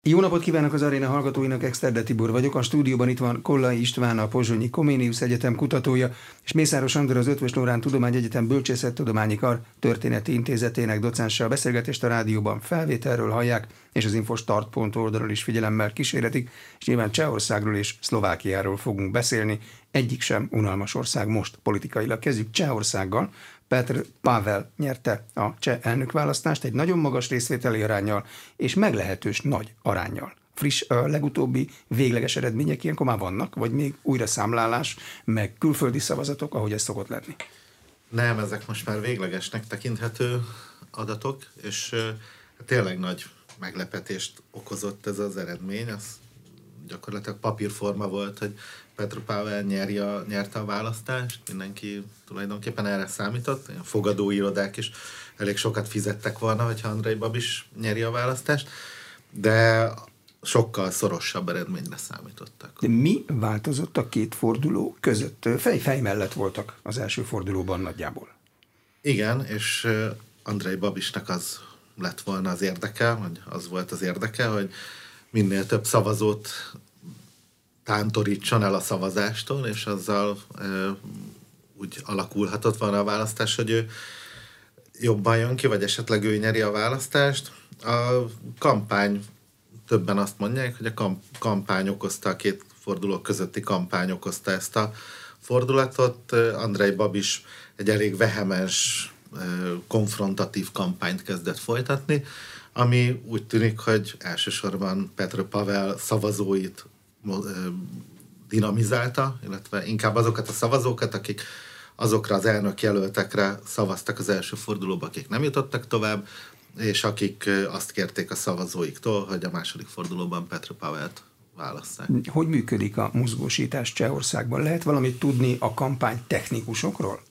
Jó napot kívánok az aréna hallgatóinak, Exterde Tibor vagyok. A stúdióban itt van Kollai István, a Pozsonyi Comenius Egyetem kutatója, és Mészáros Andor, az Eötvös Loránd Tudományegyetem Bölcsészettudományi Kar Történeti Intézetének docense. A beszélgetést a rádióban felvételről hallják, és az Infostart oldalról is figyelemmel kísérhetik, és nyilván Csehországról és Szlovákiáról fogunk beszélni. Egyik sem unalmas ország most politikailag. Kezdjük Csehországgal. Petr Pavel nyerte a cseh elnökválasztást egy nagyon magas részvételi aránnyal és meglehetős nagy aránnyal. Friss, a legutóbbi végleges eredmények ilyenkor már vannak, vagy még újra számlálás, meg külföldi szavazatok, ahogy ez szokott lenni? Nem, ezek most már véglegesnek tekinthető adatok, és tényleg nagy meglepetést okozott ez az eredmény. Az gyakorlatilag papírforma volt, hogy Petr Pavel nyerte a választást, mindenki tulajdonképpen erre számított, a fogadóirodák is elég sokat fizettek volna, hogyha Andrej Babis nyeri a választást, de sokkal szorosabb eredményre számítottak. De mi változott a két forduló között? Fej mellett voltak az első fordulóban nagyjából. Igen, és Andrej Babisnak az lett volna az érdeke, vagy az volt az érdeke, hogy minél több szavazót tántorítson el a szavazástól, és azzal úgy alakulhatott volna a választás, hogy ő jobban jön ki, vagy esetleg ő nyeri a választást. A kampány, többen azt mondják, hogy a kampány okozta, a két forduló közötti kampány okozta ezt a fordulatot. Andrej Babis egy elég vehemens, konfrontatív kampányt kezdett folytatni, ami úgy tűnik, hogy elsősorban Petr Pavel szavazóit dinamizálta, illetve inkább azokat a szavazókat, akik azokra az elnökjelöltekre szavaztak az első fordulóba, akik nem jutottak tovább, és akik azt kérték a szavazóiktól, hogy a második fordulóban Petr Pavelt válasszák. Hogy működik a mozgósítás Csehországban? Lehet valamit tudni a kampány technikusokról?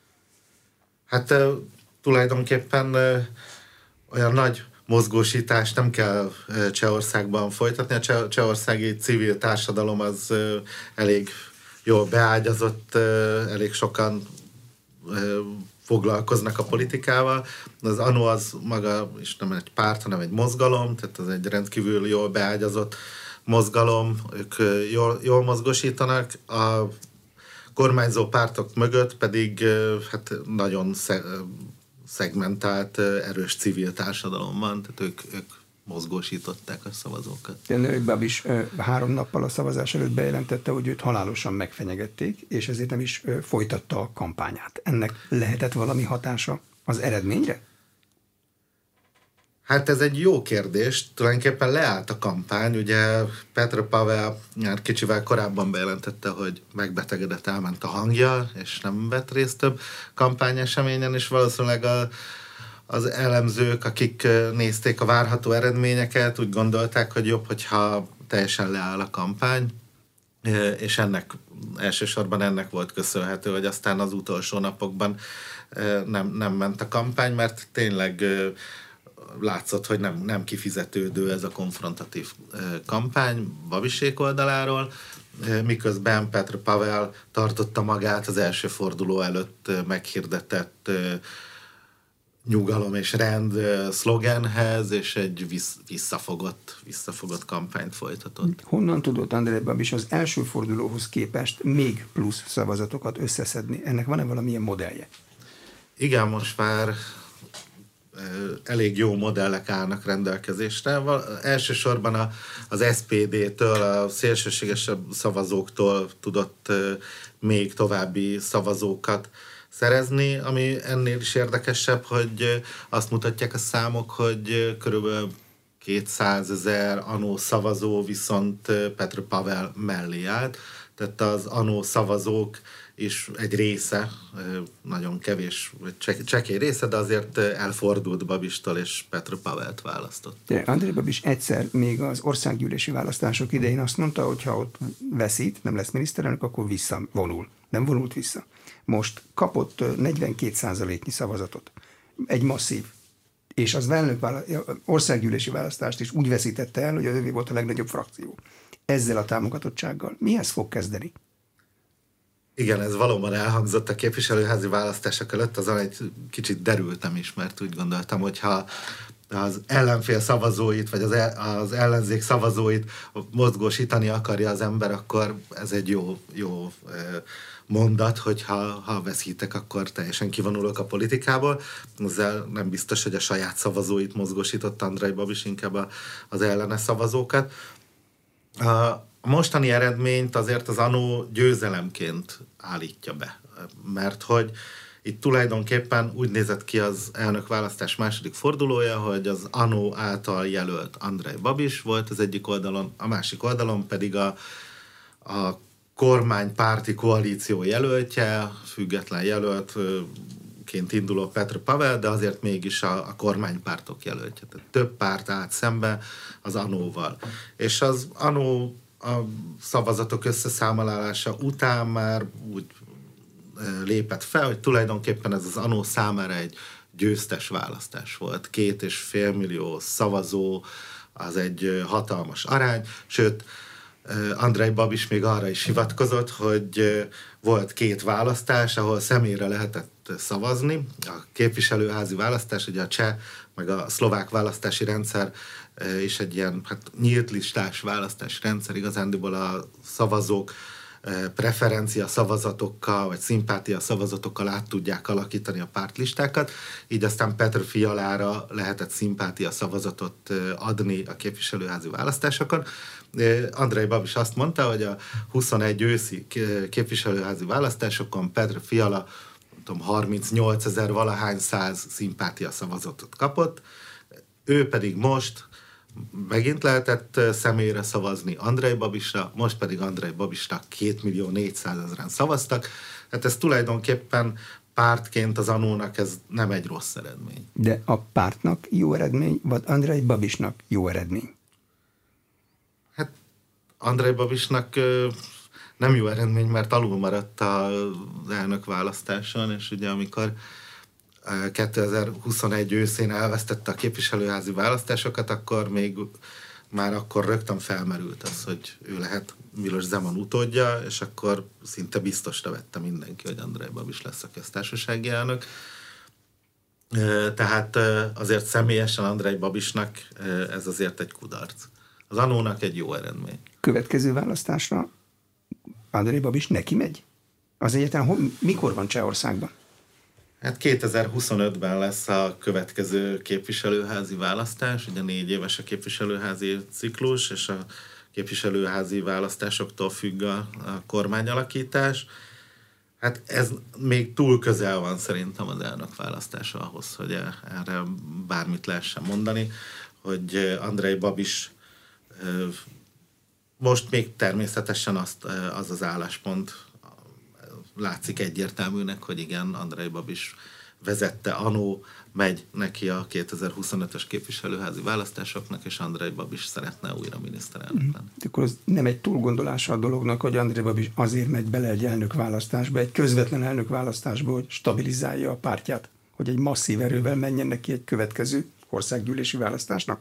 Hát tulajdonképpen olyan nagy mozgósítást nem kell Csehországban folytatni. A csehországi civil társadalom az elég jól beágyazott, elég sokan foglalkoznak a politikával. Az ANO az maga is nem egy párt, hanem egy mozgalom, tehát az egy rendkívül jól beágyazott mozgalom, ők jól mozgósítanak. A kormányzó pártok mögött pedig hát nagyon szegmentált, erős civil társadalom van, tehát ők mozgósították a szavazókat. Andrej Babis 3 nappal a szavazás előtt bejelentette, hogy őt halálosan megfenyegették, és ezért nem is folytatta a kampányát. Ennek lehetett valami hatása az eredményre? Hát ez egy jó kérdés. Tulajdonképpen leállt a kampány. Ugye Petr Pavel már kicsivel korábban bejelentette, hogy megbetegedett, elment a hangja, és nem vett részt több kampányeseményen, és valószínűleg az elemzők, akik nézték a várható eredményeket, úgy gondolták, hogy jobb, hogyha teljesen leáll a kampány, és elsősorban ennek volt köszönhető, hogy aztán az utolsó napokban nem ment a kampány, mert tényleg látszott, hogy nem kifizetődő ez a konfrontatív kampány Babisék oldaláról, miközben Petr Pavel tartotta magát az első forduló előtt meghirdetett nyugalom és rend szlogenhez, és egy visszafogott kampányt folytatott. Honnan tudott Andrej Babis az első fordulóhoz képest még plusz szavazatokat összeszedni? Ennek van-e valamilyen modellje? Igen, most már elég jó modellek állnak rendelkezésre. Elsősorban az SPD-től, a szélsőségesebb szavazóktól tudott még további szavazókat szerezni, ami ennél is érdekesebb, hogy azt mutatják a számok, hogy körülbelül 200 000 ANO szavazó viszont Petr Pavel mellé állt, tehát az ANO szavazók és egy része, nagyon kevés, csekély része, de azért elfordult Babistól, és Petr Pavelt választott. Andrej Babis egyszer még az országgyűlési választások idején azt mondta, hogy ha ott veszít, nem lesz miniszterelnök, akkor visszavonul. Nem vonult vissza. Most kapott 42%-nyi szavazatot. Egy masszív. És az országgyűlési választást is úgy veszítette el, hogy az övé volt a legnagyobb frakció. Ezzel a támogatottsággal mihez fog kezdeni? Igen, ez valóban elhangzott a képviselőházi választások előtt, azon egy kicsit derültem is, mert úgy gondoltam, hogy ha az ellenfél szavazóit, vagy az ellenzék szavazóit mozgósítani akarja az ember, akkor ez egy jó mondat, hogy ha veszítek, akkor teljesen kivonulok a politikából. Ezzel nem biztos, hogy a saját szavazóit mozgósított Andrej Babis, inkább az ellene szavazókat. A mostani eredményt azért az ANO győzelemként állítja be, mert hogy itt tulajdonképpen úgy nézett ki az elnökválasztás második fordulója, hogy az ANO által jelölt Andrej Babis volt az egyik oldalon, a másik oldalon pedig a kormánypárti koalíció jelöltje, független jelöltként induló Petr Pavel, de azért mégis a kormánypártok jelöltje. Tehát több párt állt szembe az ANO-val. És az ANO a szavazatok összeszámolása után már úgy lépett fel, hogy tulajdonképpen ez az ANO számára egy győztes választás volt. 2,5 millió szavazó, az egy hatalmas arány, sőt, Andrej Babis még arra is hivatkozott, hogy volt 2 választás, ahol személyre lehetett szavazni. A képviselőházi választás, ugye a cseh, meg a szlovák választási rendszer és egy ilyen nyílt listás választási rendszer, igazándiból a szavazók preferencia szavazatokkal, vagy szimpátia szavazatokkal át tudják alakítani a pártlistákat, így aztán Petr Fialára lehetett szimpátia szavazatot adni a képviselőházi választásokon. Andrej Babis azt mondta, hogy a 21 őszi képviselőházi választásokon Petr Fiala 38 000 valahány száz szimpátia szavazatot kapott, ő pedig most megint lehetett személyre szavazni Andrej Babisra, most pedig Andrej Babisnak 2 400 000-en szavaztak. Hát ez tulajdonképpen pártként az ANO-nak ez nem egy rossz eredmény. De a pártnak jó eredmény, vagy Andrej Babisnak jó eredmény? Hát Andrej Babisnak nem jó eredmény, mert alul maradt az elnökválasztáson, és ugye amikor 2021 őszén elvesztette a képviselőházi választásokat, akkor már akkor rögtön felmerült az, hogy ő lehet Miloš Zeman utódja, és akkor szinte biztosra vette mindenki, hogy Andrej Babis lesz a köztársasági elnök. Tehát azért személyesen Andrej Babisnak ez azért egy kudarc. Az ANO-nak egy jó eredmény. Következő választásra Andrej Babis neki megy? Az egyáltalán mikor van Csehországban? Hát 2025-ben lesz a következő képviselőházi választás, ugye 4 éves a képviselőházi ciklus, és a képviselőházi választásoktól függ a kormányalakítás. Hát ez még túl közel van szerintem az elnökválasztása ahhoz, hogy erre bármit lehessen mondani, hogy Andrej Babis most még természetesen az az álláspont látszik egyértelműnek, hogy igen, Andrej Babis vezette ANO, megy neki a 2025-ös képviselőházi választásoknak, és Andrej Babis szeretne újra miniszterelnök lenni. Akkor az nem egy túlgondolása a dolognak, hogy Andrej Babis azért megy bele egy elnökválasztásba, egy közvetlen elnökválasztásba, hogy stabilizálja a pártját, hogy egy masszív erővel menjen neki egy következő országgyűlési választásnak?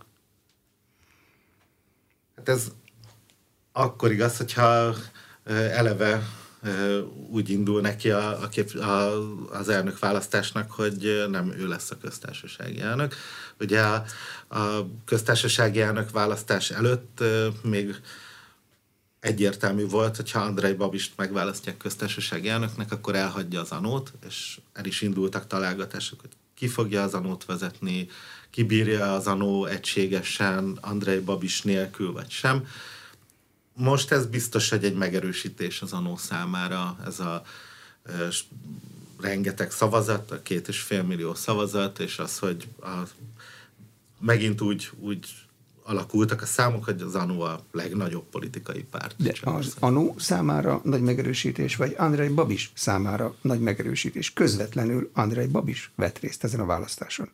Hát ez akkor igaz, hogyha eleve úgy indul neki az elnök választásnak, hogy nem ő lesz a köztársasági elnök. Ugye a köztársasági elnök választás előtt még egyértelmű volt, hogy ha Andrej Babist megválasztják köztársasági elnöknek, akkor elhagyja az ANO-t, és el is indultak találgatások, hogy ki fogja az ANO-t vezetni, ki bírja az ANO egységesen, Andrej Babis nélkül, vagy sem. Most ez biztos, hogy egy megerősítés az ANO számára, ez a rengeteg szavazat, a 2,5 millió szavazat, és az, hogy megint úgy alakultak a számok, hogy az ANO a legnagyobb politikai párt. De az ANO számára nagy megerősítés, vagy Andrej Babis számára nagy megerősítés? Közvetlenül Andrej Babis vett részt ezen a választáson.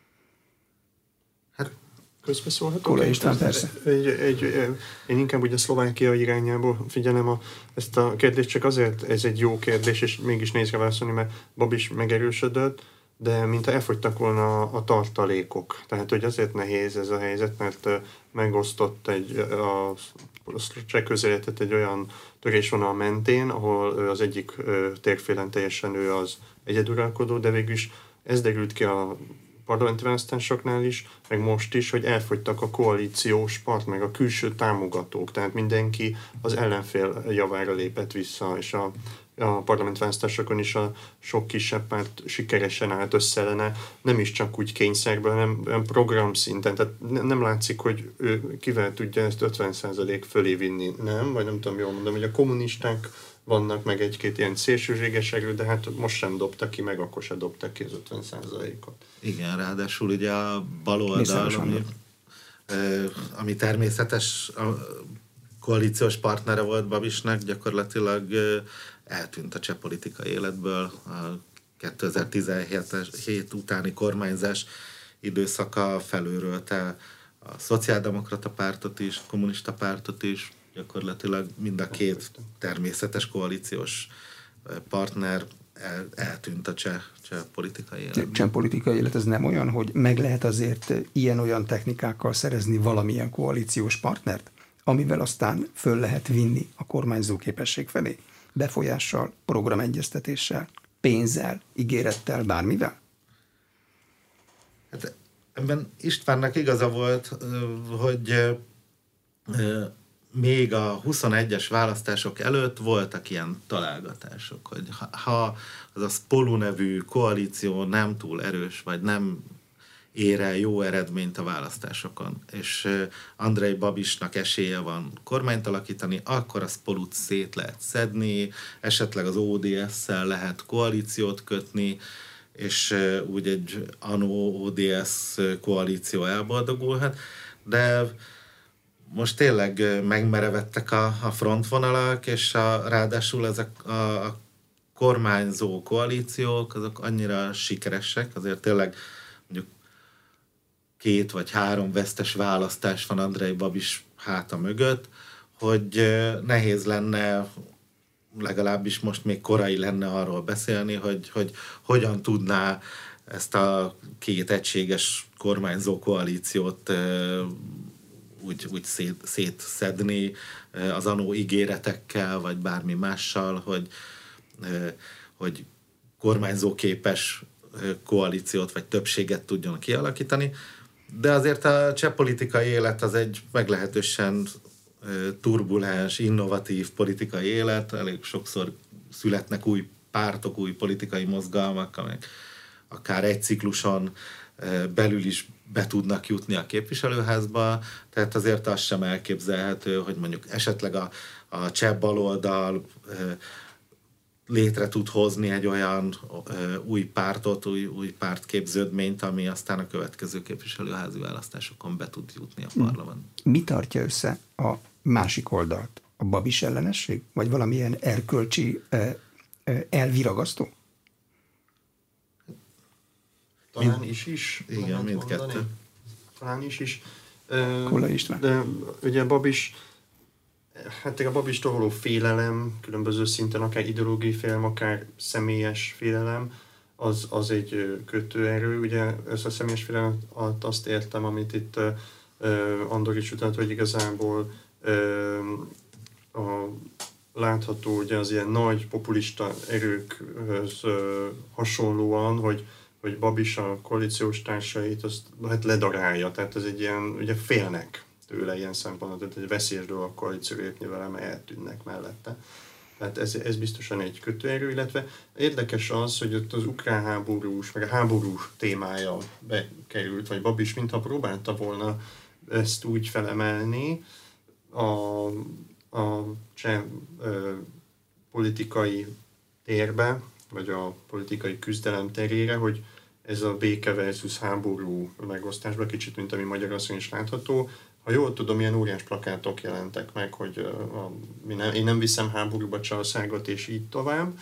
Hát közbeszólhatok? Kollai István, persze. Én inkább ugye Szlovákia irányából figyelem ezt a kérdést, csak azért ez egy jó kérdés, és mégis nehéz rá válaszolni, mert Babis megerősödött, de mintha elfogytak volna a tartalékok. Tehát, hogy azért nehéz ez a helyzet, mert megosztott a cseh közéletet egy olyan törésvonal mentén, ahol az egyik térfélen teljesen ő az egyeduralkodó, de végülis ez derült ki a parlamenti választásoknál is, meg most is, hogy elfogytak a koalíciós part, meg a külső támogatók, tehát mindenki az ellenfél javára lépett vissza, és a parlamenti választásokon is a sok kisebb párt sikeresen állt össze ellene, nem is csak úgy kényszerből, hanem programszinten, tehát nem látszik, hogy ő kivel tudja ezt 50% fölé vinni, nem? Vagy nem tudom jól mondom, hogy a kommunisták vannak meg egy-két ilyen szélsőséges erő, de hát most sem dobta ki, meg akkor sem dobta ki az 50%-ot. Igen, ráadásul ugye a baloldal, ami természetes koalíciós partnere volt Babisnak, gyakorlatilag eltűnt a cseh politikai életből. A 2017 utáni kormányzás időszaka felőrölte a szociáldemokrata pártot is, a kommunista pártot is, gyakorlatilag mind a két természetes koalíciós partner eltűnt a cseh politikai élet. Cseh politikai élet ez nem olyan, hogy meg lehet azért ilyen-olyan technikákkal szerezni valamilyen koalíciós partnert, amivel aztán föl lehet vinni a kormányzó képesség felé? Befolyással, programegyeztetéssel, pénzzel, ígérettel, bármivel? Hát ebben Istvánnak igaza volt, hogy még a 21-es választások előtt voltak ilyen találgatások, hogy ha az a Spolu nevű koalíció nem túl erős, vagy nem ér el jó eredményt a választásokon, és Andrej Babisnak esélye van kormányt alakítani, akkor a Spolut szét lehet szedni, esetleg az ODS-szel lehet koalíciót kötni, és úgy egy ANO-ODS koalíció elboldogulhat, de most tényleg megmerevettek a frontvonalak, és ráadásul ezek a kormányzó koalíciók, azok annyira sikeresek, azért tényleg mondjuk 2 vagy 3 vesztes választás van Andrej Babis háta mögött, hogy nehéz lenne, legalábbis most még korai lenne arról beszélni, hogy hogyan tudná ezt a 2 egységes kormányzó koalíciót úgy szétszedni az ANO ígéretekkel, vagy bármi mással, hogy kormányzóképes koalíciót vagy többséget tudjon kialakítani. De azért a cseh politikai élet az egy meglehetősen turbulens, innovatív politikai élet, elég sokszor születnek új pártok, új politikai mozgalmak, amelyek akár egy cikluson belül is be tudnak jutni a képviselőházba, tehát azért az sem elképzelhető, hogy mondjuk esetleg a cseh baloldal létre tud hozni egy olyan új pártot, új pártképződményt, ami aztán a következő képviselőházi választásokon be tud jutni a parlament. Mi tartja össze a másik oldalt? A Babis ellenesség? Vagy valamilyen erkölcsi elviragasztó? Talán is. Igen, mindkettő. Talán is. Kollai István. De ugye a Babis, hát a Babistól való félelem, különböző szinten, akár ideológiai félelem, akár személyes félelem, az egy kötőerő. Ugye ez a személyes félelem azt értem, amit itt Andor is utalt, hogy igazából látható ugye az ilyen nagy populista erőkhöz hasonlóan, hogy Babis a koalíciós társait azt hát ledarálja, tehát ez egy ilyen, ugye félnek tőle ilyen szempontból, tehát egy veszélyes dolog a koalíció lépni vele, mert eltűnnek mellette. Tehát ez biztosan egy kötőerő, illetve érdekes az, hogy ott az ukrán háborús, meg a háború témája bekerült, vagy Babis mintha próbálta volna ezt úgy felemelni a cseh politikai térbe, vagy a politikai küzdelem terére, hogy ez a béke versus háború megosztásban, kicsit, mint ami Magyarországon is látható. Ha jól tudom, ilyen óriás plakátok jelentek meg, hogy én nem viszem háborúba Csehországot, és így tovább.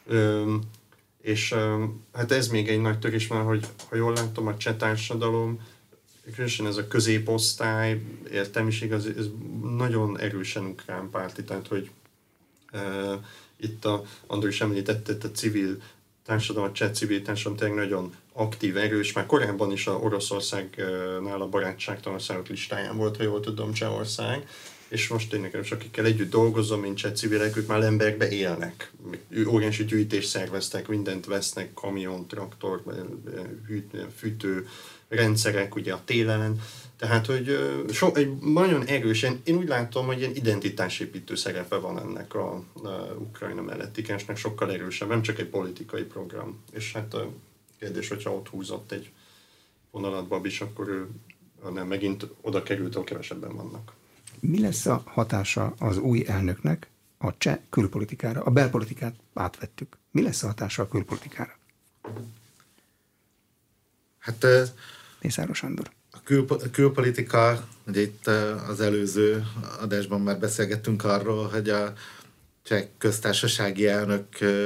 És hát ez még egy nagy törés van, hogy ha jól látom, a cseh társadalom, különösen ez a középosztály, értelmiség, ez nagyon erősen ukrán párti, tehát hogy itt Andor is említette, a civil társadalom, a cseh civil társadalom tényleg nagyon aktív, erős, már korábban is a Oroszországnál a barátságtalan országok listáján volt, ha jól tudom, Csehország, és most tényleg, akikkel együtt dolgozom, mint cseh civilek, ők már Lembergbe élnek. Óriási gyűjtést szerveztek, mindent vesznek, kamion, traktor, fűtő rendszerek ugye a télen. Tehát, hogy egy nagyon erősen, én úgy látom, hogy ilyen identitásépítő szerepe van ennek a Ukrajna melletti kensnek, sokkal erősebb, nem csak egy politikai program. És hát a kérdés, hogyha ott húzott egy vonalat Babis, akkor ő nem, megint oda került, ahol kevesebben vannak. Mi lesz a hatása az új elnöknek a cseh külpolitikára? A belpolitikát átvettük. Mi lesz a hatása a külpolitikára? Hát Mészáros Andor. A külpolitika, ugye itt az előző adásban már beszélgettünk arról, hogy a cseh köztársasági elnök,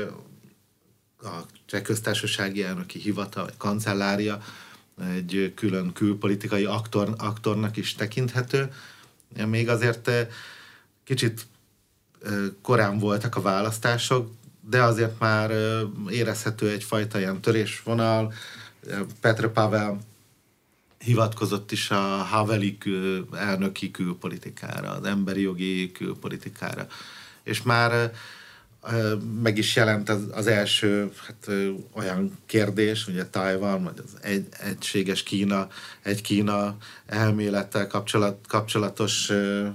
a cseh köztársasági elnöki hivatal, vagy kancellária egy külön külpolitikai aktornak is tekinthető. Még azért kicsit korán voltak a választások, de azért már érezhető egyfajta ilyen törésvonal. Petr Pavel hivatkozott is a haveli elnöki külpolitikára, az emberi jogi külpolitikára. És már meg is jelent az első olyan kérdés, ugye Tajvan, vagy az egységes Kína, egy Kína elmélettel kapcsolatos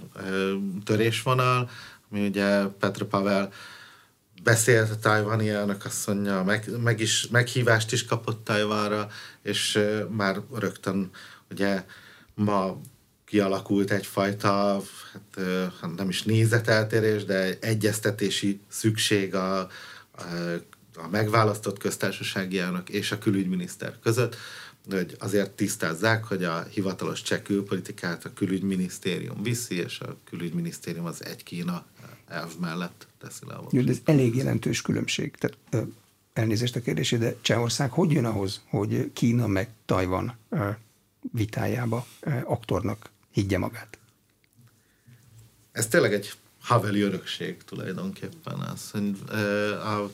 törésvonal, ami ugye Petr Pavel beszélt a tajvani elnökasszonnyal, meghívást is kapott Tajvanra, és már rögtön ugye ma kialakult egyfajta, nem is nézeteltérés, de egyeztetési szükség a megválasztott köztársasági elnök és a külügyminiszter között, hogy azért tisztázzák, hogy a hivatalos cseh külpolitikát a külügyminisztérium viszi, és a külügyminisztérium az egy Kína elv mellett teszi le a voksot. Ez elég jelentős különbség. Tehát, elnézést a kérdésé, de Csehország hogy jön ahhoz, hogy Kína meg Tajvan vitájába aktornak higgye magát? Ez tényleg egy haveli örökség tulajdonképpen. Az, hogy a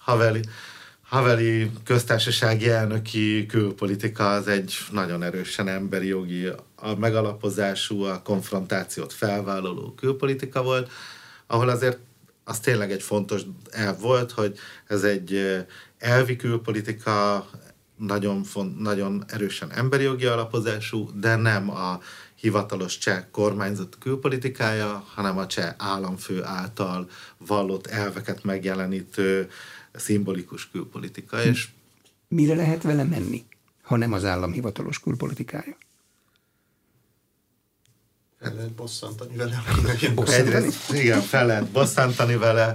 haveli köztársasági elnöki külpolitika az egy nagyon erősen emberi jogi, a megalapozású, a konfrontációt felvállaló külpolitika volt, ahol azért az tényleg egy fontos elv volt, hogy ez egy elvi külpolitika, nagyon erősen emberi jogi alapozású, de nem a hivatalos cseh kormányzat külpolitikája, hanem a cseh államfő által vallott elveket megjelenítő szimbolikus külpolitika. És mire lehet vele menni, ha nem az állam hivatalos külpolitikája? Fel lehet bosszantani vele. Egyrészt, igen, fel lehet bosszantani vele.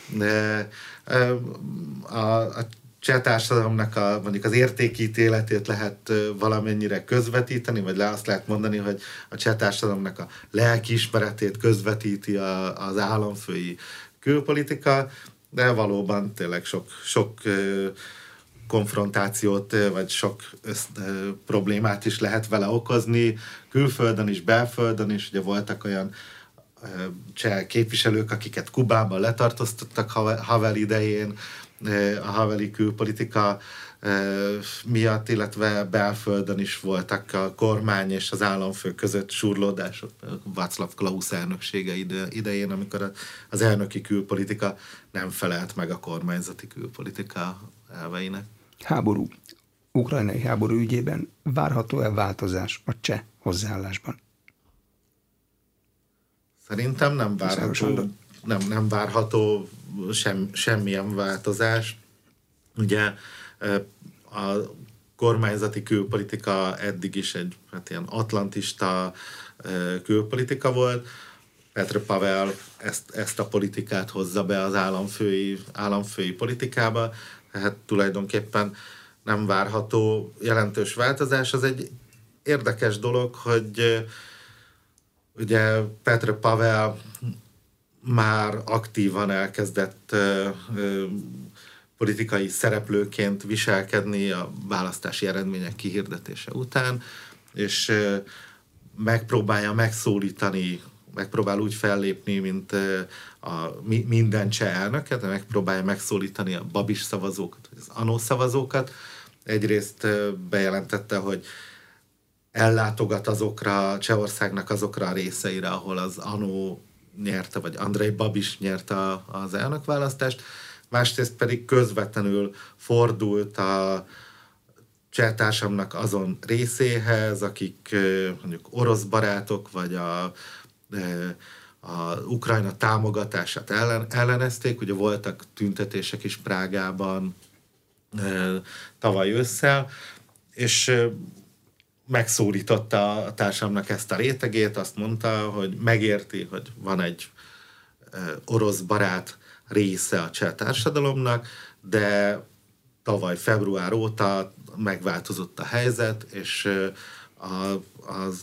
A cseh társadalomnak mondjuk az értékítéletét lehet valamennyire közvetíteni, vagy azt lehet mondani, hogy a cseh társadalomnak a lelkiismeretét közvetíti az államfői külpolitika, de valóban tényleg sok konfrontációt, vagy sok problémát is lehet vele okozni, külföldön is, belföldön is. Ugye voltak olyan cseh képviselők, akiket Kubában letartóztattak Havel idején, a haveli külpolitika miatt, illetve belföldön is voltak a kormány és az államfő között surlódások, Václav Klaus elnöksége idején, amikor az elnöki külpolitika nem felelt meg a kormányzati külpolitika elveinek. Háború. Ukrajnai háború ügyében várható-e változás a cseh hozzáállásban? Szerintem nem várható. Nem várható semmilyen változás. Ugye a kormányzati külpolitika eddig is egy ilyen atlantista külpolitika volt. Petr Pavel ezt a politikát hozza be az államfői politikába, tehát tulajdonképpen nem várható jelentős változás. Az egy érdekes dolog, hogy ugye Petr Pavel már aktívan elkezdett politikai szereplőként viselkedni a választási eredmények kihirdetése után, és megpróbál úgy fellépni, mint minden cseh elnök, de megpróbálja megszólítani a Babis szavazókat, vagy az ANO szavazókat. Egyrészt bejelentette, hogy ellátogat azokra, Csehországnak azokra a részeire, ahol az Anno nyerte, vagy Andrej Babis nyerte az elnökválasztást, másrészt pedig közvetlenül fordult a cseh társamnak azon részéhez, akik mondjuk orosz barátok, vagy a Ukrajna támogatását ellenezték. Ugye voltak tüntetések is Prágában tavaly ősszel, és megszólította a társamnak ezt a rétegét, azt mondta, hogy megérti, hogy van egy orosz barát része a cseh társadalomnak, de tavaly február óta megváltozott a helyzet, és az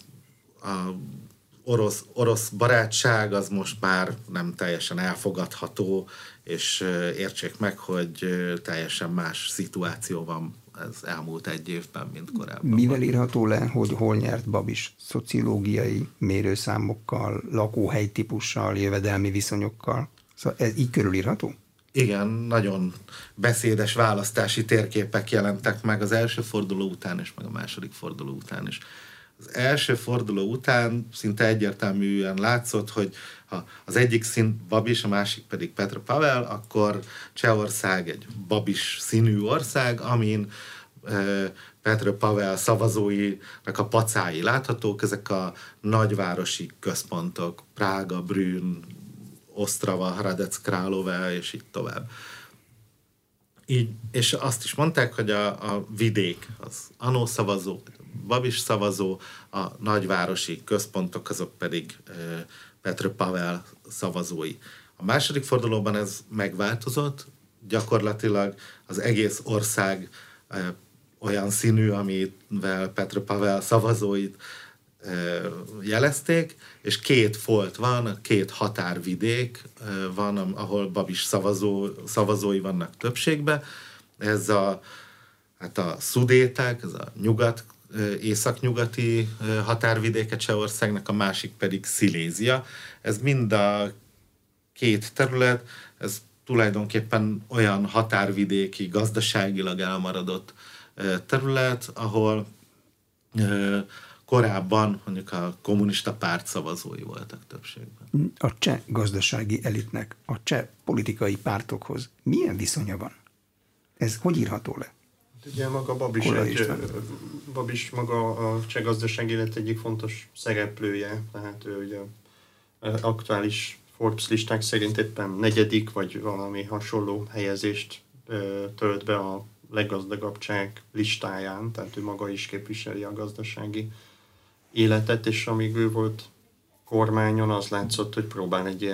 orosz barátság az most már nem teljesen elfogadható, és értsék meg, hogy teljesen más szituáció van ez elmúlt egy évben, mint korábban. Mivel írható le, hogy hol nyert Babis? Szociológiai mérőszámokkal, lakóhelytípussal, jövedelmi viszonyokkal? Szóval ez így körülírható? Igen, nagyon beszédes választási térképek jelentek meg az első forduló után és meg a második forduló után is. Az első forduló után szinte egyértelműen látszott, hogy ha az egyik szín Babis, a másik pedig Petr Pavel, akkor Csehország egy Babis színű ország, amin Petr Pavel szavazóinak a pacái láthatók, ezek a nagyvárosi központok, Prága, Brünn, Ostrava, Hradec Králové, és így tovább. Így, és azt is mondták, hogy a vidék, az Anno szavazó, Babis szavazó, a nagyvárosi központok, azok pedig Petr Pavel szavazói. A második fordulóban ez megváltozott, gyakorlatilag az egész ország olyan színű, amivel Petr Pavel szavazóit jelezték, és két folt van, két határvidék van, ahol Babis szavazói vannak többségben. Ez a szudéták, ez a északnyugati határvidéke Csehországnak, a másik pedig Szilézia. Ez mind a két terület, ez tulajdonképpen olyan határvidéki, gazdaságilag elmaradott terület, ahol korábban mondjuk a kommunista párt szavazói voltak többségben. A cseh gazdasági elitnek a cseh politikai pártokhoz milyen viszonya van? Ez hogy írható le? Ugye maga Babis maga a cseh gazdasági élet egyik fontos szereplője, tehát ő ugye aktuális Forbes listák szerint éppen negyedik, vagy valami hasonló helyezést tölt be a leggazdagabb csehek listáján, tehát ő maga is képviseli a gazdasági életet, és amíg ő volt kormányon, az látszott, hogy próbál egy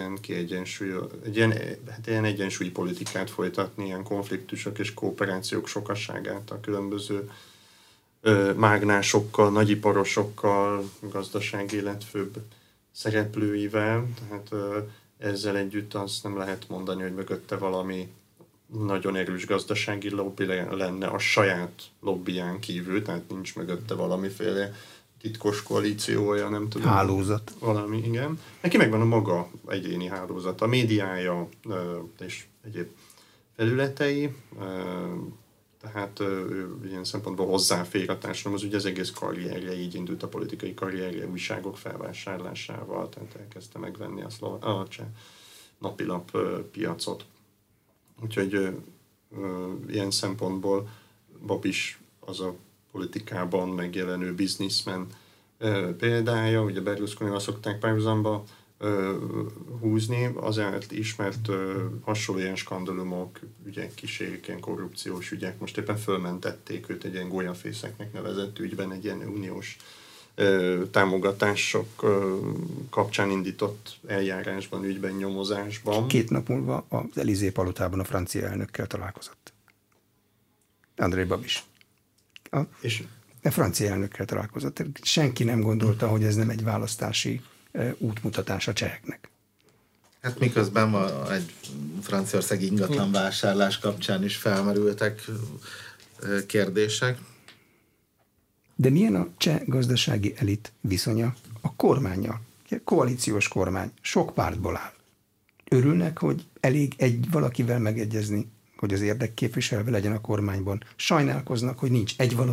ilyen egyensúlyi politikát folytatni, ilyen konfliktusok és kooperációk sokaságát a különböző mágnásokkal, nagyiparosokkal, gazdasági élet főbb szereplőivel, tehát ezzel együtt azt nem lehet mondani, hogy mögötte valami nagyon erős gazdasági lobby lenne a saját lobbyján kívül, tehát nincs mögötte valamiféle titkos koalíciója, nem tudom. Hálózat. Valami, igen. Neki megvan a maga egyéni hálózat, a médiája és egyéb felületei, tehát ő ilyen szempontból hozzáfér a társadalomhoz, ugye az egész karrierje így indult, a politikai karrierje újságok felvásárlásával, tehát elkezdte megvenni a cseh napilap piacot. Úgyhogy ilyen szempontból Babis az a politikában megjelenő businessman példája, ugye Berlusconival szokták párhuzamba húzni, azért is, mert hasonló ilyen skandalumok, ügyek, kísérik, ilyen korrupciós ügyek, most éppen fölmentették őt egy ilyen golyafészeknek nevezett ügyben, egy ilyen uniós támogatások kapcsán indított eljárásban, ügyben, nyomozásban. 2 nap múlva az Élysée palotában a francia elnökkel találkozott. Andrej Babis. A francia elnökkel találkozott. Senki nem gondolta, hogy ez nem egy választási útmutatás a cseheknek. Hát miközben egy Franciaország ingatlan vásárlás kapcsán is felmerültek kérdések. De milyen a cseh gazdasági elit viszonya a kormánnyal? Koalíciós kormány, sok pártból áll. Örülnek, hogy elég egy valakivel megegyezni, hogy az érdekképviselve legyen a kormányban. Sajnálkoznak, hogy nincs egy valaki,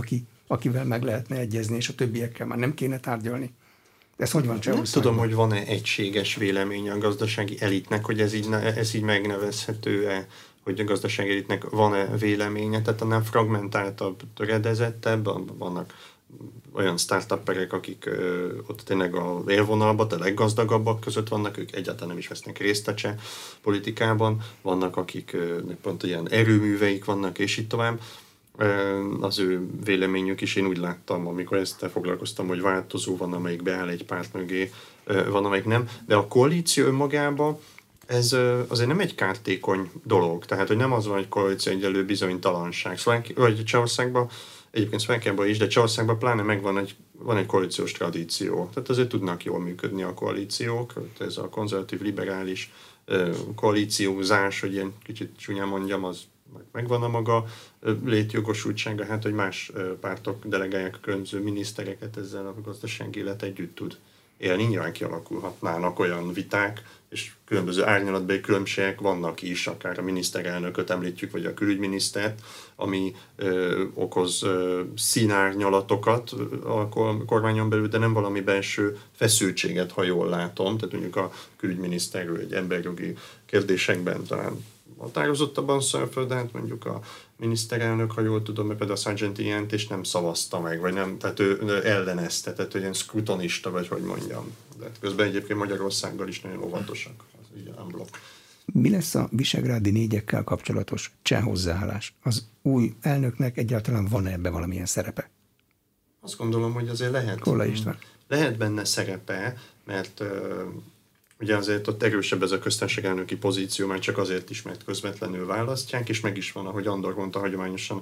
akivel meg lehetne egyezni, és a többiekkel már nem kéne tárgyalni. Ez hogy van Csehországban? Nem tudom, hogy van-e egységes véleménye a gazdasági elitnek, hogy ez így megnevezhető-e, hogy a gazdasági elitnek van-e véleménye, tehát annál fragmentáltabb, töredezettebb, vannak olyan startupperek, akik ott tényleg a élvonalban, a leggazdagabbak között vannak, ők egyáltalán nem is vesznek részt a cseh politikában, vannak, akik pont ilyen erőműveik vannak, és így tovább. Az ő véleményük is, én úgy láttam, amikor ezzel foglalkoztam, hogy változó, van, amelyik beáll egy párt mögé, van, amelyik nem, de a koalíció önmagában ez azért nem egy kártékony dolog, tehát hogy nem az van, hogy koalíció egyelő bizonytalanság. Vagy Csehországban, egyébként Szlovákiában is, de Csehországban pláne van egy koalíciós tradíció. Tehát azért tudnak jól működni a koalíciók, ez a konzervatív liberális koalíciózás, hogy ilyen kicsit csúnyán mondjam, az megvan a maga létjogosultsága, hát hogy más pártok delegálják a különböző minisztereket, ezzel a gazdasági élet együtt tud élni. Nyilván kialakulhatnának olyan viták, és különböző árnyalatbeli különbségek vannak is, akár a miniszterelnököt említjük, vagy a külügyminisztert, ami okoz színárnyalatokat a kormányon belül, de nem valami belső feszültséget, ha jól látom. Tehát mondjuk a külügyminiszter egy emberjogi kérdésekben talán határozottabban szörföl, de hát mondjuk a miniszterelnök, ha jól tudom, mert például a Sargentini jelentést nem szavazta meg, vagy nem, tehát ő ellenezte, tehát hogy ilyen skrutonista, vagy hogy mondjam. De közben egyébként Magyarországgal is nagyon óvatosak, az így unblock. Mi lesz a visegrádi négyekkel kapcsolatos cseh hozzáállás? Az új elnöknek egyáltalán van-e ebbe valamilyen szerepe? Azt gondolom, hogy azért lehet benne szerepe, mert ugye azért ott erősebb ez a köztársaságelnöki pozíció, már csak azért is, mert közvetlenül választják, és meg is van, ahogy Andor mondta, hagyományosan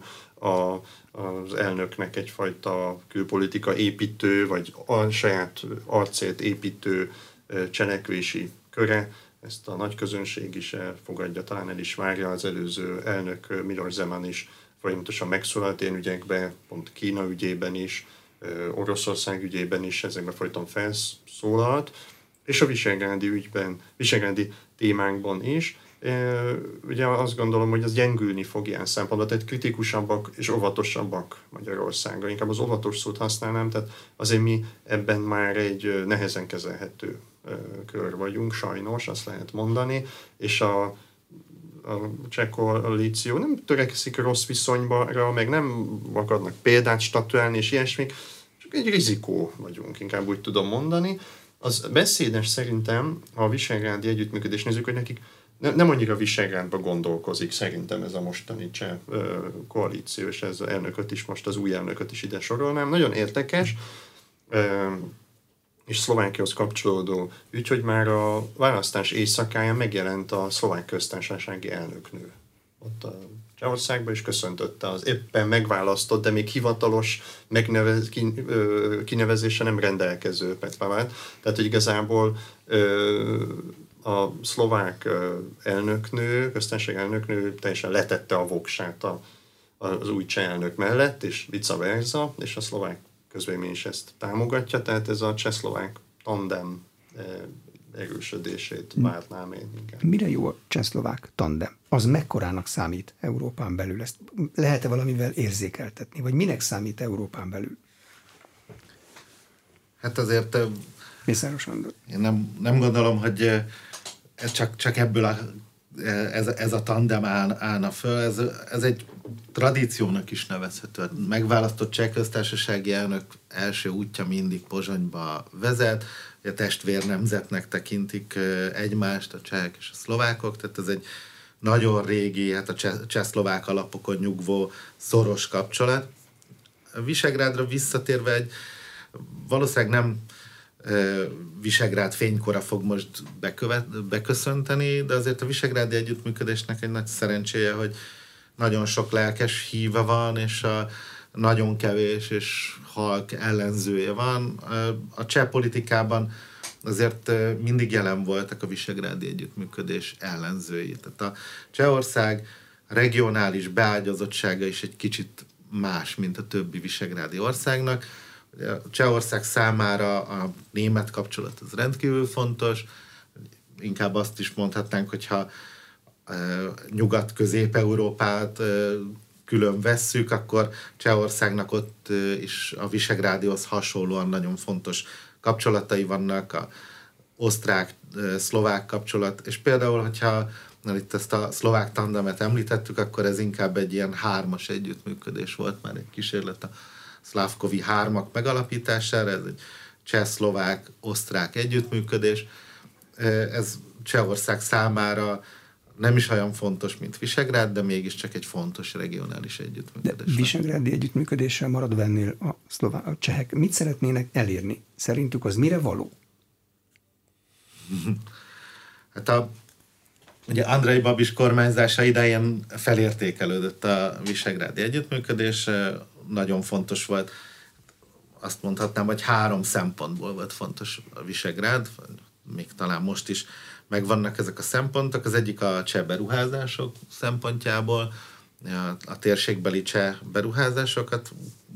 az elnöknek egyfajta külpolitika építő, vagy a saját arcét építő cselekvési köre. Ezt a nagy közönség is elfogadja, talán el is várja. Az előző elnök Miloš Zeman is folyamatosan megszólalt ilyen ügyekben, pont Kína ügyében is, Oroszország ügyében is, ezekben folyton felszólalt, és a visegrádi témánkban is. Ugye azt gondolom, hogy az gyengülni fog ilyen szempontból, tehát kritikusabbak és óvatosabbak Magyarországon. Inkább az óvatos szót használnám, tehát azért mi ebben már egy nehezen kezelhető kör vagyunk, sajnos, azt lehet mondani, és a cseh koalíció nem törekszik rossz viszonyba, meg nem akarnak példát statuálni és ilyesmik, csak egy rizikó vagyunk, inkább úgy tudom mondani. Az beszédes szerintem, a visegrádi együttműködés nézzük, hogy nekik nem annyira Visegrádba gondolkozik szerintem ez a mostani cseh koalíció, és ez az elnököt is, most az új elnököt is ide sorolnám. Nagyon érdekes, és Szlovákiahoz kapcsolódó ügy, hogy már a választás éjszakáján megjelent a szlovák köztársasági elnöknő. Ott a Csehországban is köszöntötte az éppen megválasztott, de még hivatalos kinevezése nem rendelkező Petvávát. Tehát, hogy igazából a szlovák elnöknő, köztársasági elnöknő teljesen letette a voksát az új cseh elnök mellett, és vice versa, és a szlovák közvélemény is ezt támogatja, tehát ez a cseh-szlovák tandem erősödését várnám én inkább. Mire jó a cseh-szlovák tandem? Az mekkorának számít Európán belül? Ezt lehet-e valamivel érzékeltetni? Vagy minek számít Európán belül? Hát azért Mészáros Andor. Én nem gondolom, hogy csak ebből ez a tandem állna föl. Ez egy tradíciónak is nevezhető. A megválasztott cseh köztársasági elnök első útja mindig Pozsonyba vezet, a testvérnemzetnek tekintik egymást, a csehek és a szlovákok, tehát ez egy nagyon régi, hát a cseh-szlovák alapokon nyugvó szoros kapcsolat. A Visegrádra visszatérve valószínűleg nem Visegrád fénykora fog most beköszönteni, de azért a visegrádi együttműködésnek egy nagy szerencséje, hogy nagyon sok lelkes híve van, és a nagyon kevés és halk ellenzője van. A cseh politikában azért mindig jelen voltak a visegrádi együttműködés ellenzői. Tehát a Csehország regionális beágyazottsága is egy kicsit más, mint a többi visegrádi országnak. A Csehország számára a német kapcsolat az rendkívül fontos, inkább azt is mondhatnánk, hogyha Nyugat-Közép-Európát külön vesszük, akkor Csehországnak ott is a Visegrádihoz hasonlóan nagyon fontos kapcsolatai vannak, a osztrák-szlovák kapcsolat, és például, hogyha itt ezt a szlovák tandemet említettük, akkor ez inkább egy ilyen 3-as együttműködés volt, már egy kísérlet a szlávkovi 3-ak megalapítására, ez egy cseh-szlovák-osztrák együttműködés. Ez Csehország számára nem is olyan fontos, mint Visegrád, de mégiscsak egy fontos regionális együttműködés. De visegrádi együttműködéssel maradva ennél a csehek mit szeretnének elérni? Szerintük az mire való? Hát ugye Andrej Babis kormányzása idején felértékelődött a visegrádi együttműködés, nagyon fontos volt, azt mondhatnám, hogy 3 szempontból volt fontos a Visegrád, még talán most is megvannak ezek a szempontok. Az egyik a cseh beruházások szempontjából, a térségbeli cseh beruházásokat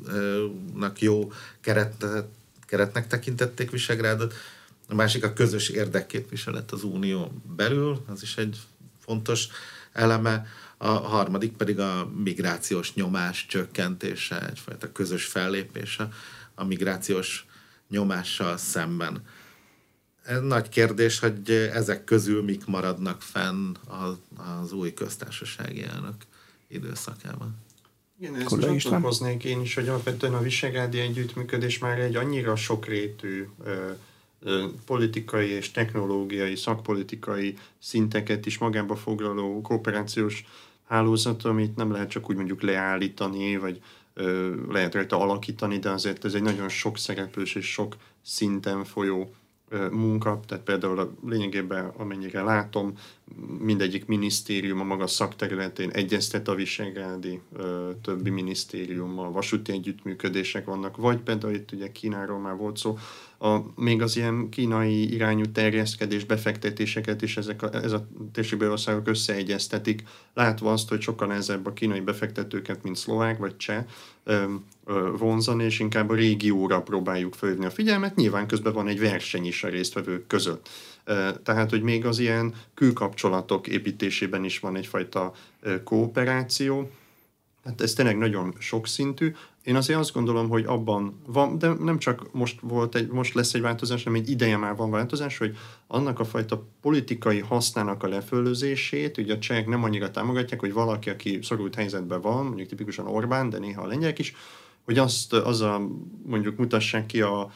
jó keretnek tekintették Visegrádot. A másik a közös érdekképviselet az unió belül, az is egy fontos eleme. A harmadik pedig a migrációs nyomás csökkentése, egyfajta közös fellépése a migrációs nyomással szemben. Nagy kérdés, hogy ezek közül mik maradnak fenn az új köztársasági elnök időszakában. Igen, ezt csatlakoznék én is, hogy alapvetően a visegrádi együttműködés már egy annyira sokrétű politikai és technológiai, szakpolitikai szinteket is magába foglaló kooperációs hálózat, amit nem lehet csak úgy mondjuk leállítani, vagy lehet rajta alakítani, de azért ez egy nagyon sok szereplős és sok szinten folyó munka, tehát például lényegében, amennyire látom, mindegyik minisztérium a maga szakterületén egyeztet a visegrádi többi minisztériummal, vasúti együttműködések vannak, vagy például itt ugye Kínáról már volt szó, még az ilyen kínai irányú terjeszkedés, befektetéseket is ez a térségbeli országok összeegyeztetik, látva azt, hogy sokkal nehezebb a kínai befektetőket, mint szlovák vagy cseh vonzani, és inkább a régióra próbáljuk felhívni a figyelmet. Nyilván közben van egy verseny is a résztvevők között. Tehát, hogy még az ilyen külkapcsolatok építésében is van egyfajta kooperáció. Hát ez tényleg nagyon sokszintű. Én azért azt gondolom, hogy abban van, de nem csak most lesz egy változás, hanem egy ideje már van változás, hogy annak a fajta politikai hasznának a lefölözését, ugye a csehek nem annyira támogatják, hogy valaki, aki szorult helyzetben van, mondjuk tipikusan Orbán, de néha a lengyelek is, hogy mondjuk mutassák ki a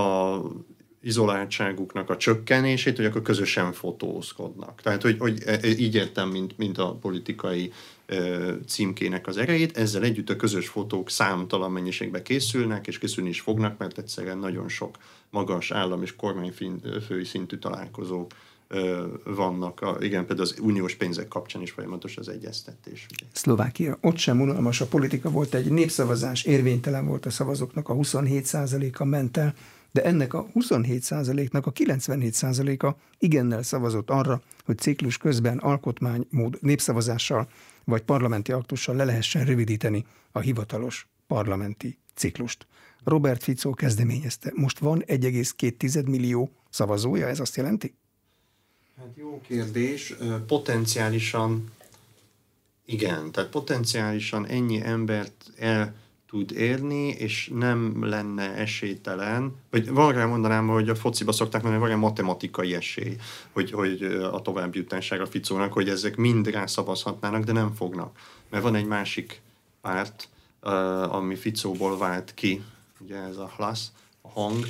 izoláltságuknak a csökkenését, hogy akkor közösen fotózkodnak. Tehát, hogy így értem, mint a politikai címkének az erejét, ezzel együtt a közös fotók számtalan mennyiségben készülnek, és készülni is fognak, mert egyszerűen nagyon sok magas állam és kormányfői szintű találkozók vannak. Igen, például az uniós pénzek kapcsán is folyamatos az egyeztetés. Ugye. Szlovákia, ott sem unalmas a politika, volt egy népszavazás, érvénytelen volt a szavazóknak, a 27%-a ment el, de ennek a 27%-nak a 94%-a igennel szavazott arra, hogy ciklus közben alkotmánymód népszavazással vagy parlamenti aktussal le lehessen rövidíteni a hivatalos parlamenti ciklust. Robert Fico kezdeményezte. Most van 1,2 millió szavazója, ez azt jelenti? Hát jó kérdés. Potenciálisan igen, tehát potenciálisan ennyi embert el tud érni, és nem lenne esélytelen, vagy van rá mondanám, hogy a fociba szokták mondani, van rá matematikai esély, hogy a továbbjutására Ficónak, hogy ezek mind rá szavazhatnának, de nem fognak. Mert van egy másik párt, ami Ficóból vált ki, ugye ez a Hlas, a hang,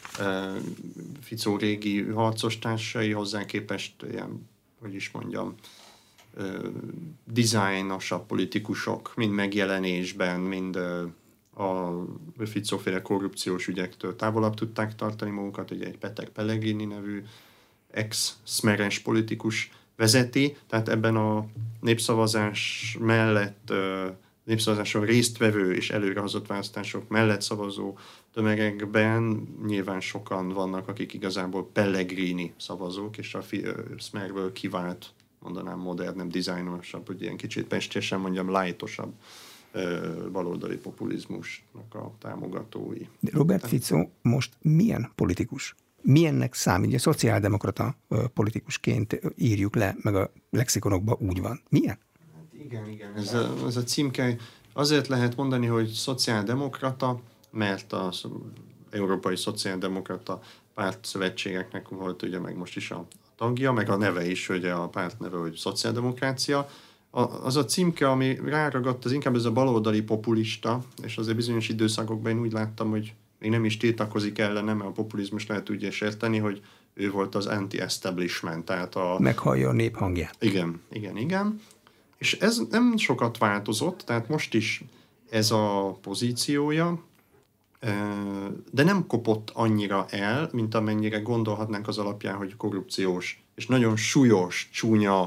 Ficó régi harcostársai hozzá képest ilyen, hogy is mondjam, dizájnosabb politikusok, mind megjelenésben, mind a Ficóféle korrupciós ügyektől távolabb tudták tartani magukat, ugye egy Peter Pellegrini nevű ex-szmeres politikus vezeti, tehát ebben a népszavazás mellett, népszavazáson résztvevő és előrehozott választások mellett szavazó tömegekben nyilván sokan vannak, akik igazából Pellegrini szavazók, és a Smerből kivált, mondanám modernebb, dizájnosabb, hogy ilyen kicsit pestésen mondjam, lightosabb baloldali populizmusnak a támogatói. De Robert Fico most milyen politikus? Milyennek számít? Ugye szociáldemokrata politikusként írjuk le, meg a lexikonokban úgy van. Milyen? Hát Igen. Ez a címke azért lehet mondani, hogy szociáldemokrata, mert az Európai Szociáldemokrata Pártszövetségeknek volt ugye meg most is a tagja, meg a neve is, hogy a párt neve, hogy szociáldemokrácia. Az a címke, ami ráragadt, az inkább ez a baloldali populista, és azért bizonyos időszakokban én úgy láttam, hogy még nem is tiltakozik ellene, mert a populizmus lehet úgy is érteni, hogy ő volt az anti-establishment, tehát meghallja a nép hangját. Igen. És ez nem sokat változott, tehát most is ez a pozíciója, de nem kopott annyira el, mint amennyire gondolhatnánk az alapján, hogy korrupciós, és nagyon súlyos, csúnya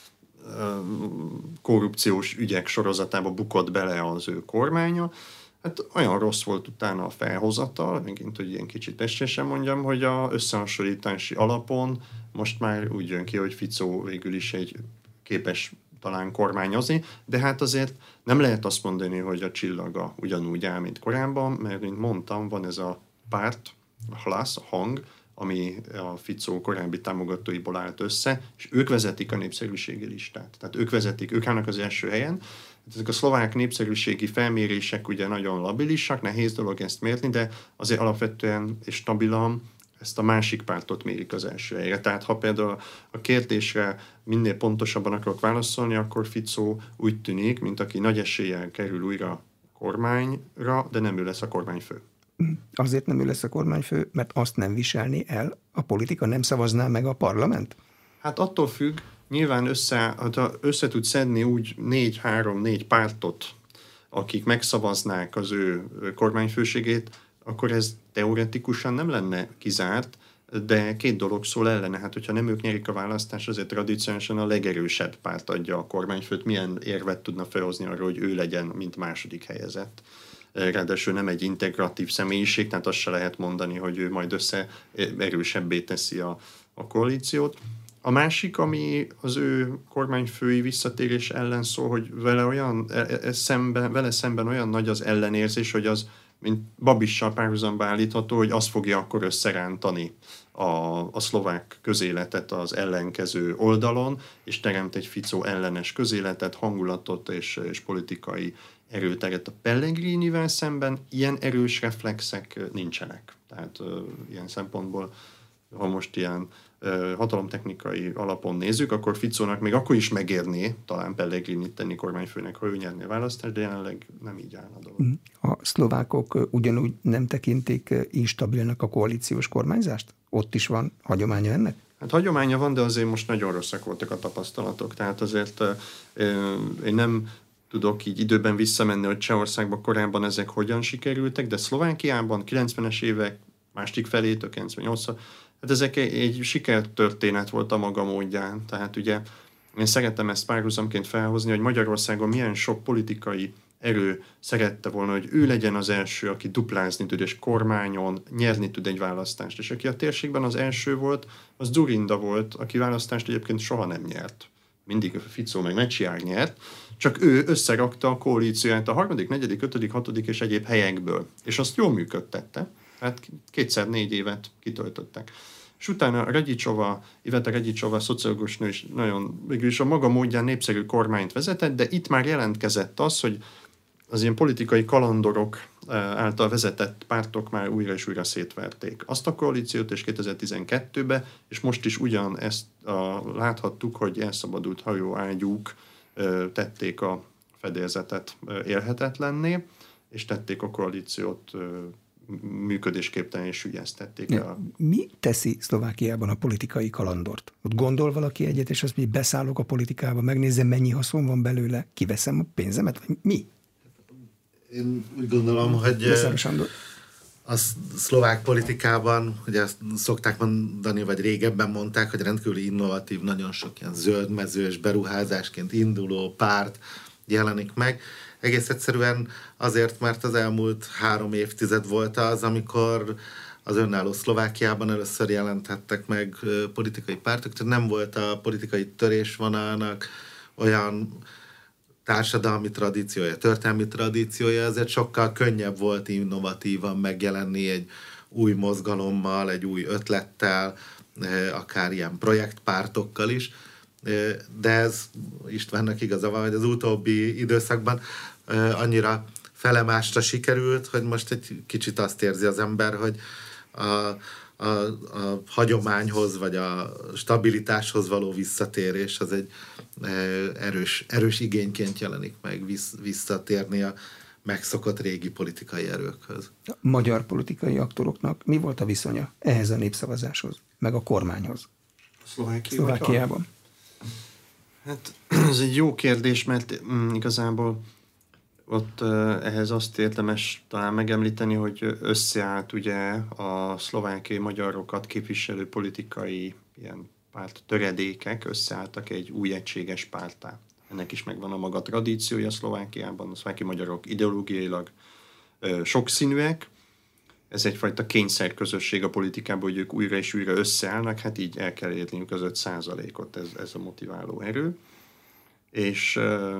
korrupciós ügyek sorozatába bukott bele az ő kormánya. Hát olyan rossz volt utána a felhozatal, megint, hogy ilyen kicsit pestésen mondjam, hogy a összehasonlítási alapon most már úgy jön ki, hogy Fico végül is egy képes talán kormányozni, de hát azért nem lehet azt mondani, hogy a csillaga ugyanúgy áll, mint korábban, mert mint mondtam, van ez a párt, a Hlas, a hang, ami a Fico korábbi támogatóiból állt össze, és ők vezetik a népszerűségi listát. Tehát ők állnak az első helyen. Ezek a szlovák népszerűségi felmérések ugye nagyon labilisak, nehéz dolog ezt mérni, de azért alapvetően és stabilan ezt a másik pártot mérik az első helyre. Tehát ha például a kérdésre minél pontosabban akarok válaszolni, akkor Fico úgy tűnik, mint aki nagy eséllyel kerül újra kormányra, de nem ő lesz a kormányfő. Azért nem ő lesz a kormányfő, mert azt nem viselni el a politika, nem szavazná meg a parlament? Hát attól függ, nyilván össze tud szedni úgy 4 pártot, akik megszavaznák az ő kormányfőségét, akkor ez teoretikusan nem lenne kizárt, de két dolog szól ellene. Hát, hogyha nem ők nyerik a választást, azért tradicionálisan a legerősebb párt adja a kormányfőt. Milyen érvet tudna felhozni arra, hogy ő legyen, mint második helyezett. Ráadásul nem egy integratív személyiség, tehát azt se lehet mondani, hogy ő majd erősebbé teszi a koalíciót. A másik, ami az ő kormányfői visszatérés ellen szól, hogy vele szemben olyan nagy az ellenérzés, hogy az, mint Babissal párhuzamba állítható, hogy az fogja akkor összerántani a szlovák közéletet az ellenkező oldalon, és teremt egy Fico ellenes közéletet, hangulatot és politikai erőteret. A Pellegrinivel szemben ilyen erős reflexek nincsenek. Tehát ilyen szempontból, ha most ilyen hatalomtechnikai alapon nézzük, akkor Ficónak még akkor is megérné talán Pellegrinit tenni kormányfőnek, ha ő nyerné a választást, de jelenleg nem így áll a dolog. A szlovákok ugyanúgy nem tekintik instabilnak a koalíciós kormányzást? Ott is van hagyománya ennek? Hát hagyománya van, de azért most nagyon rosszak voltak a tapasztalatok. Tehát azért én nem tudok így időben visszamenni, hogy Csehországban korábban ezek hogyan sikerültek, de Szlovákiában 90-es évek másik felétől 98-ra, hát ezek egy sikertörténet volt a maga módján. Tehát ugye én szeretem ezt párhuzamként felhozni, hogy Magyarországon milyen sok politikai erő szerette volna, hogy ő legyen az első, aki duplázni tud, és kormányon nyerni tud egy választást. És aki a térségben az első volt, az Dzurinda volt, aki választást egyébként soha nem nyert. Mindig Fico meg Mečiar nyert, csak ő összerakta a koalícióját a 3., 4., 5., 6. és egyéb helyekből. És azt jól működtette. Hát 2-4 évet kitöltöttek. És utána Iveta Radičová, szociológus nő is nagyon, végülis a maga módján népszerű kormányt vezetett, de itt már jelentkezett az, hogy az ilyen politikai kalandorok által vezetett pártok már újra és újra szétverték azt a koalíciót, és 2012-ben, és most is ugyanezt láthattuk, hogy elszabadult hajóágyúk tették a fedélzetet élhetetlenné, és tették a koalíciót működésképtelen és ügyeztették el. Mi teszi Szlovákiában a politikai kalandort? Ott gondol valaki egyet, és azt mondja, beszállok a politikába, megnézem, mennyi haszon van belőle, kiveszem a pénzemet, vagy mi? Én úgy gondolom, hogy a szlovák politikában, ugye ezt szokták mondani, vagy régebben mondták, hogy rendkívül innovatív, nagyon sok ilyen zöldmezős beruházásként induló párt jelenik meg. Egész egyszerűen azért, mert az elmúlt 3 évtized volt az, amikor az önálló Szlovákiában először jelentettek meg politikai pártok, tehát nem volt a politikai törésvonalnak olyan társadalmi tradíciója, történelmi tradíciója, ezért sokkal könnyebb volt innovatívan megjelenni egy új mozgalommal, egy új ötlettel, akár ilyen projektpártokkal is. de ez Istvánnak igaza van, hogy az utóbbi időszakban annyira felemásra sikerült, hogy most egy kicsit azt érzi az ember, hogy a hagyományhoz, vagy a stabilitáshoz való visszatérés az egy erős igényként jelenik meg, visszatérni a megszokott régi politikai erőkhöz. A magyar politikai aktoroknak mi volt a viszonya ehhez a népszavazáshoz, meg a kormányhoz? Szlovákiában. Hát ez egy jó kérdés, mert igazából ott ehhez azt érdemes talán megemlíteni, hogy összeállt ugye a szlovákiai magyarokat képviselő politikai ilyen párt töredékek összeálltak egy új egységes párttá. Ennek is megvan a maga tradíciója Szlovákiában, a szlovákiai magyarok ideológiailag sokszínűek. Ez egyfajta kényszerközösség a politikában, hogy ők újra és újra összeállnak, hát így el kell érniük az 5%-ot, ez a motiváló erő. És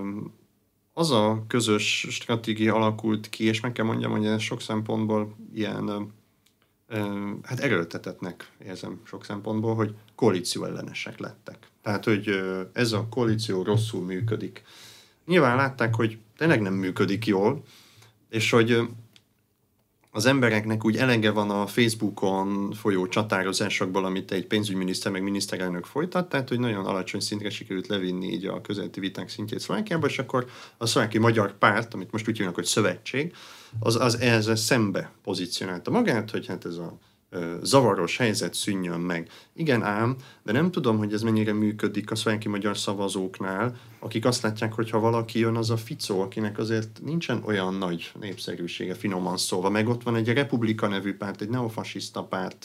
az a közös stratégia alakult ki, és meg kell mondjam, hogy ez sok szempontból ilyen hát erőltetetnek érzem sok szempontból, hogy koalíció ellenesek lettek. Tehát, hogy ez a koalíció rosszul működik. Nyilván látták, hogy tényleg nem működik jól, és hogy az embereknek úgy elege van a Facebookon folyó csatározásokból, amit egy pénzügyminiszter meg miniszterelnök folytat, tehát hogy nagyon alacsony szintre sikerült levinni így a közeleti viták szintjét Szlovákiába, és akkor a szlovákiai magyar párt, amit most úgy hívnak, hogy szövetség, az ezzel szembe pozícionálta magát, hogy hát ez a zavaros helyzet szűnjön meg. Igen ám, de nem tudom, hogy ez mennyire működik a szlovákiai magyar szavazóknál, akik azt látják, hogy ha valaki jön, az a Fico, akinek azért nincsen olyan nagy népszerűsége, finoman szólva, meg ott van egy Republika nevű párt, egy neofasiszta párt,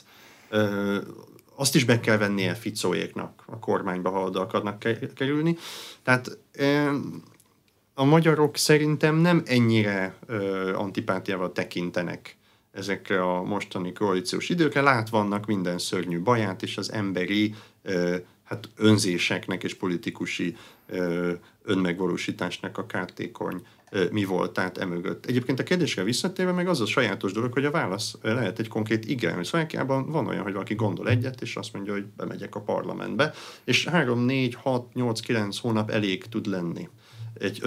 azt is be kell vennie Ficóéknak a kormányba, ha oda akarnak kerülni. Tehát a magyarok szerintem nem ennyire antipátiával tekintenek ezekre a mostani koalíciós időkre, látvannak minden szörnyű baját, és az emberi hát önzéseknek és politikusi önmegvalósításnak a kártékony mi volt, tehát emögött. Egyébként a kérdésre visszatérve meg az a sajátos dolog, hogy a válasz lehet egy konkrét igen. Szlovákiában van olyan, hogy valaki gondol egyet, és azt mondja, hogy bemegyek a parlamentbe, és 3, 4, 6, 8, 9 hónap elég tud lenni egy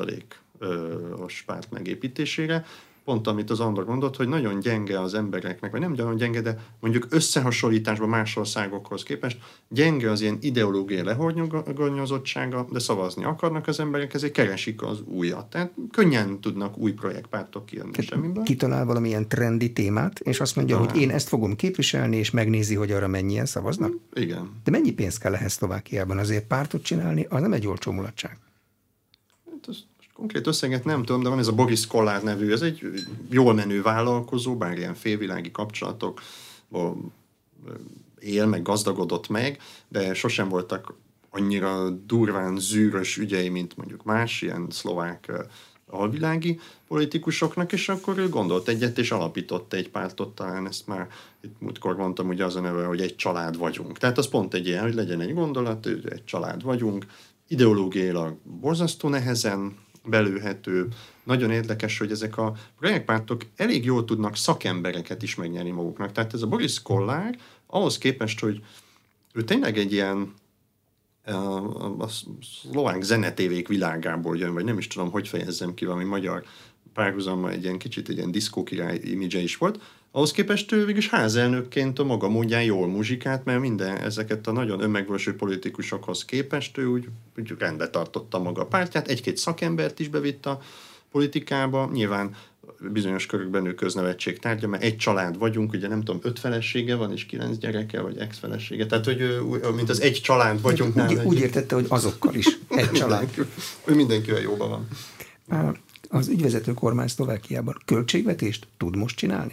5%-os párt megépítésére. Pont amit az Andor mondott, hogy nagyon gyenge az embereknek, vagy nem nagyon gyenge, de mondjuk összehasonlításban más országokhoz képest gyenge az ilyen ideológiai lehorgonyozottsága, de szavazni akarnak az emberek, ezért keresik az újat. Tehát könnyen tudnak új projektpártok kijönni semmiből. Kitalál valamilyen trendi témát, és azt mondja, hogy én ezt fogom képviselni, és megnézi, hogy arra mennyien szavaznak. Igen. De mennyi pénz kell ehhez Szlovákiában? Azért pártot csinálni, az nem egy olcsó mulatság. Hát konkrét összeget nem tudom, de van ez a Boris Kollár nevű, ez egy jól menő vállalkozó, bár ilyen félvilági kapcsolatokból él, meg gazdagodott meg, de sosem voltak annyira durván zűrös ügyei, mint mondjuk más ilyen szlovák alvilági politikusoknak, és akkor ő gondolt egyet, és alapított egy pártot, talán ezt már itt múltkor mondtam, ugye az a neve, hogy egy család vagyunk. Tehát az pont egy ilyen, hogy legyen egy gondolat, egy család vagyunk, ideológiailag borzasztó nehezen belőhető. Nagyon érdekes, hogy ezek a projektpártok elég jól tudnak szakembereket is megnyerni maguknak. Tehát ez a Boris Kollár ahhoz képest, hogy ő tényleg egy ilyen a szlovák zenetévék világából jön, vagy nem is tudom, hogy fejezzem ki, valami magyar párhuzammal egy ilyen diszkókirály imidzse is volt. Ahhoz képest ő végülis házelnökként a maga módján jól muzsikált, mert minden ezeket a nagyon önmegvalósító politikusokhoz képest ő úgy rendbe tartotta maga a pártját, egy-két szakembert is bevitt a politikába, nyilván bizonyos körökben ő köznevetség tárgya, mert egy család vagyunk, ugye nem tudom, 5 felesége van, és 9 gyereke, vagy ex-felesége, tehát hogy ő, mint az egy család vagyunk. Úgy értette, hogy azokkal is egy család. Ő mindenkivel jóban van. Az ügyvezető kormány Szlovákiában költségvetést tud most csinálni?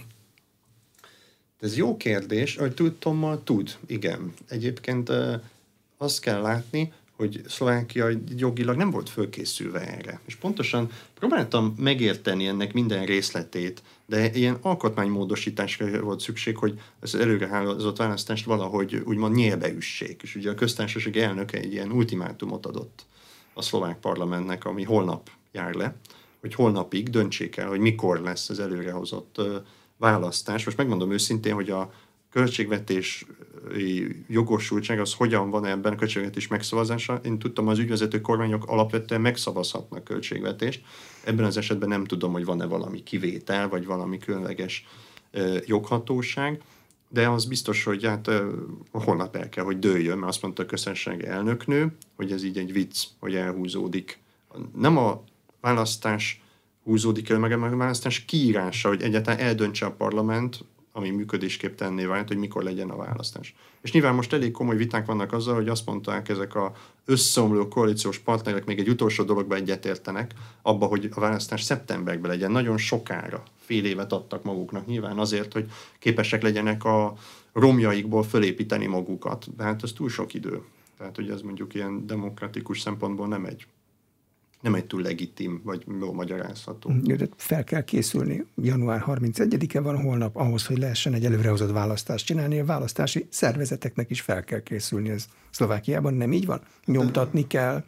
Ez jó kérdés, hogy tudtommal tud, igen. Egyébként azt kell látni, hogy Szlovákia jogilag nem volt fölkészülve erre. És pontosan próbáltam megérteni ennek minden részletét, de ilyen alkotmánymódosításra volt szükség, hogy az előreházott választást valahogy úgymond nyélbeüssék. És ugye a köztársasági elnöke egy ilyen ultimátumot adott a szlovák parlamentnek, ami holnap jár le, hogy holnapig döntsék el, hogy mikor lesz az előrehozott választás. Most megmondom őszintén, hogy a költségvetés jogosultság, az hogyan van ebben a költségvetés megszavazása. Én tudtam, az ügyvezető kormányok alapvetően megszavazhatnak költségvetést. Ebben az esetben nem tudom, hogy van-e valami kivétel, vagy valami különleges joghatóság, de az biztos, hogy hát holnap el kell, hogy dőljön, mert azt mondta a köztársasági elnöknő, hogy ez így egy vicc, hogy elhúzódik. Nem a választás húzódik el, meg a választás kiírása, hogy egyáltalán eldöntse a parlament, ami működésképtelenné vált, hogy mikor legyen a választás. És nyilván most elég komoly viták vannak azzal, hogy azt mondták ezek a összeomló koalíciós partnerek még egy utolsó dologba egyetértenek, abba, hogy a választás szeptemberben legyen. Nagyon sokára, fél évet adtak maguknak nyilván azért, hogy képesek legyenek a romjaikból fölépíteni magukat. De hát ez túl sok idő. Tehát, hogy ez mondjuk ilyen demokratikus szempontból nem egy túl legitim, vagy jól magyarázható. Fel kell készülni. Január 31-e van holnap ahhoz, hogy lehessen egy előrehozott választást csinálni. A választási szervezeteknek is fel kell készülni. Ez Szlovákiában nem így van? Nyomtatni kell,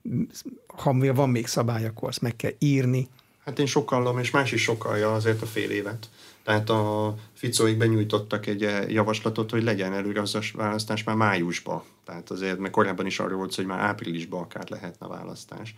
ha van még szabály, akkor azt meg kell írni. Hát én sokallom, és más is sokalja azért a fél évet. Tehát a Ficóik benyújtottak egy javaslatot, hogy legyen előrehozott választás már májusban. Tehát azért, mert korábban is arról volt, hogy már áprilisban akár lehetne választás.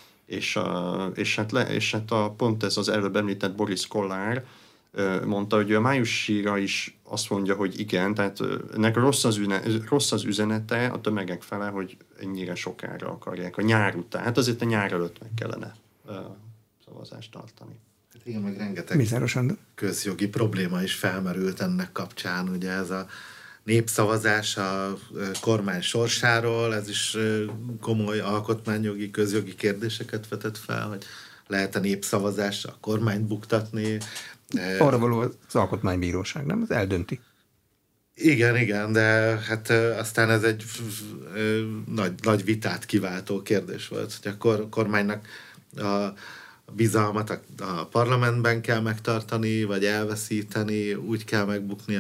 És pont ez az előbb említett Boris Kollár mondta, hogy a májusra is azt mondja, hogy igen, tehát ennek rossz az üzenete a tömegek fele, hogy ennyire sokára akarják a nyár után. Hát azért a nyár előtt meg kellene szavazást tartani. Hát igen, meg rengeteg közjogi probléma is felmerült ennek kapcsán, ugye ez a népszavazás a kormány sorsáról, ez is komoly alkotmányjogi, közjogi kérdéseket vetett fel, hogy lehet a népszavazás a kormányt buktatni. Arra való az alkotmánybíróság, nem? Az eldönti. Igen, de hát aztán ez egy nagy vitát kiváltó kérdés volt, hogy a kormánynak a bizalmat a parlamentben kell megtartani, vagy elveszíteni, úgy kell megbukni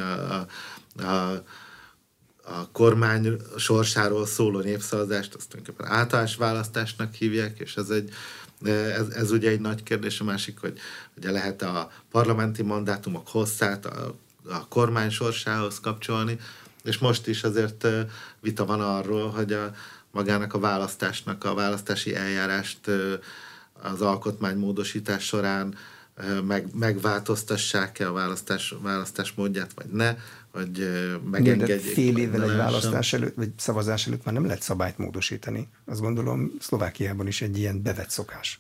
a kormány sorsáról szóló népszavazást, azt tulajdonképpen általános választásnak hívják, és ez ugye egy nagy kérdés. A másik, hogy ugye lehet a parlamenti mandátumok hosszát a kormány sorsához kapcsolni, és most is azért vita van arról, hogy magának a választásnak, a választási eljárást az alkotmánymódosítás során megváltoztassák-e a választás módját, vagy ne, hogy megengedjék. Fél évvel egy választás előtt, vagy szavazás előtt már nem lehet szabályt módosítani. Azt gondolom, Szlovákiában is egy ilyen bevett szokás.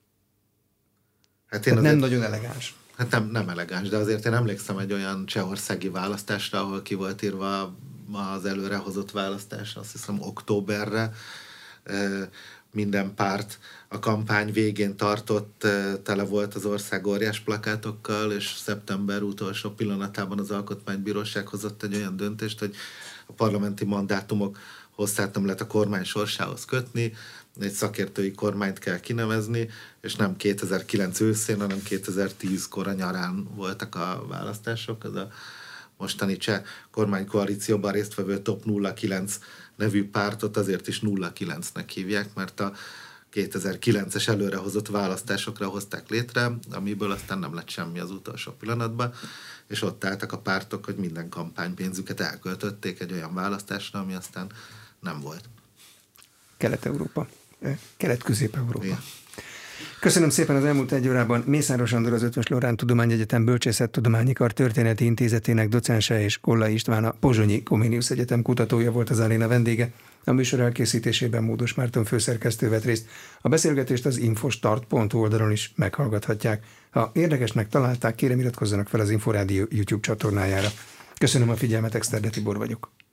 Hát nem nagyon elegáns. Hát nem elegáns, de azért én emlékszem egy olyan csehországi választásra, ahol ki volt írva az előrehozott választás, azt hiszem októberre. Minden párt a kampány végén tartott, tele volt az ország óriás plakátokkal, és szeptember utolsó pillanatában az Alkotmánybíróság hozott egy olyan döntést, hogy a parlamenti mandátumok hosszát nem lehet a kormány sorsához kötni, egy szakértői kormányt kell kinevezni, és nem 2009 őszén, hanem 2010 kora nyarán voltak a választások. Ez a mostani cseh kormánykoalícióban résztvevő Top 09 nevű pártot azért is 09-nek hívják, mert a 2009-es előrehozott választásokra hozták létre, amiből aztán nem lett semmi az utolsó pillanatban, és ott álltak a pártok, hogy minden kampánypénzüket elköltötték egy olyan választásra, ami aztán nem volt. Kelet-Európa. Kelet-Közép-Európa. Igen. Köszönöm szépen az elmúlt egy órában. Mészáros Andor, az Eötvös Loránd Tudományegyetem Bölcsészettudományi Kar Történeti Intézetének docense, és Kollai István, a Pozsonyi Comenius Egyetem kutatója volt az aréna vendége. A műsor elkészítésében Módos Márton főszerkesztő vett részt. A beszélgetést az infostart.hu oldalon is meghallgathatják. Ha érdekesnek találták, kérem iratkozzanak fel az Inforádió YouTube csatornájára. Köszönöm a figyelmet, Exterde Tibor vagyok.